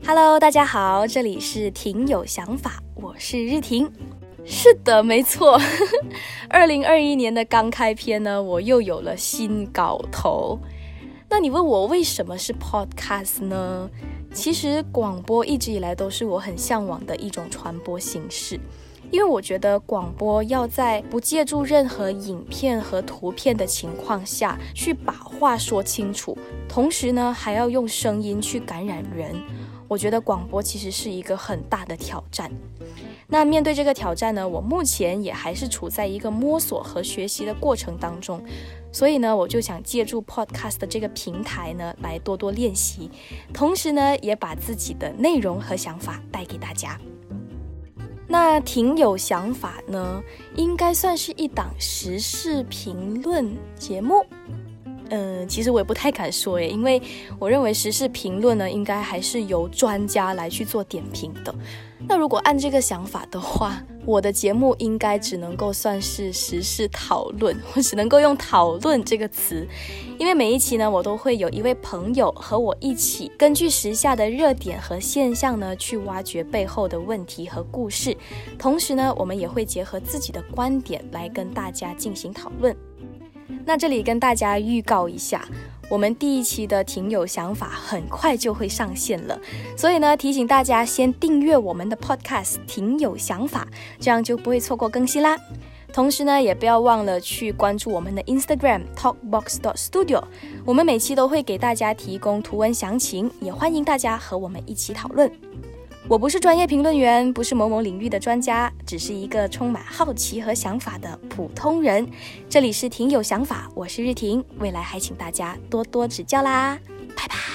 Hello， 大家好，这里是挺有想法，我是日婷。是的，没错2021年的刚开篇呢，我又有了新稿头。那你问我为什么是 podcast 呢？其实广播一直以来都是我很向往的一种传播形式，因为我觉得广播要在不借助任何影片和图片的情况下去把话说清楚，同时呢还要用声音去感染人，我觉得广播其实是一个很大的挑战。那面对这个挑战呢，我目前也还是处在一个摸索和学习的过程当中，所以呢我就想借助 podcast 的这个平台呢来多多练习，同时呢也把自己的内容和想法带给大家。那挺有想法呢，应该算是一档时事评论节目。其实我也不太敢说耶，因为我认为时事评论呢，应该还是由专家来去做点评的。那如果按这个想法的话，我的节目应该只能够算是时事讨论，我只能够用讨论这个词，因为每一期呢，我都会有一位朋友和我一起根据时下的热点和现象呢，去挖掘背后的问题和故事，同时呢，我们也会结合自己的观点来跟大家进行讨论。那这里跟大家预告一下，我们第一期的挺有想法很快就会上线了，所以呢提醒大家先订阅我们的 podcast 挺有想法，这样就不会错过更新啦。同时呢也不要忘了去关注我们的 Instagram talkbox.studio， 我们每期都会给大家提供图文详情，也欢迎大家和我们一起讨论。我不是专业评论员，不是某某领域的专家，只是一个充满好奇和想法的普通人。这里是挺有想法，我是日婷，未来还请大家多多指教啦，拜拜。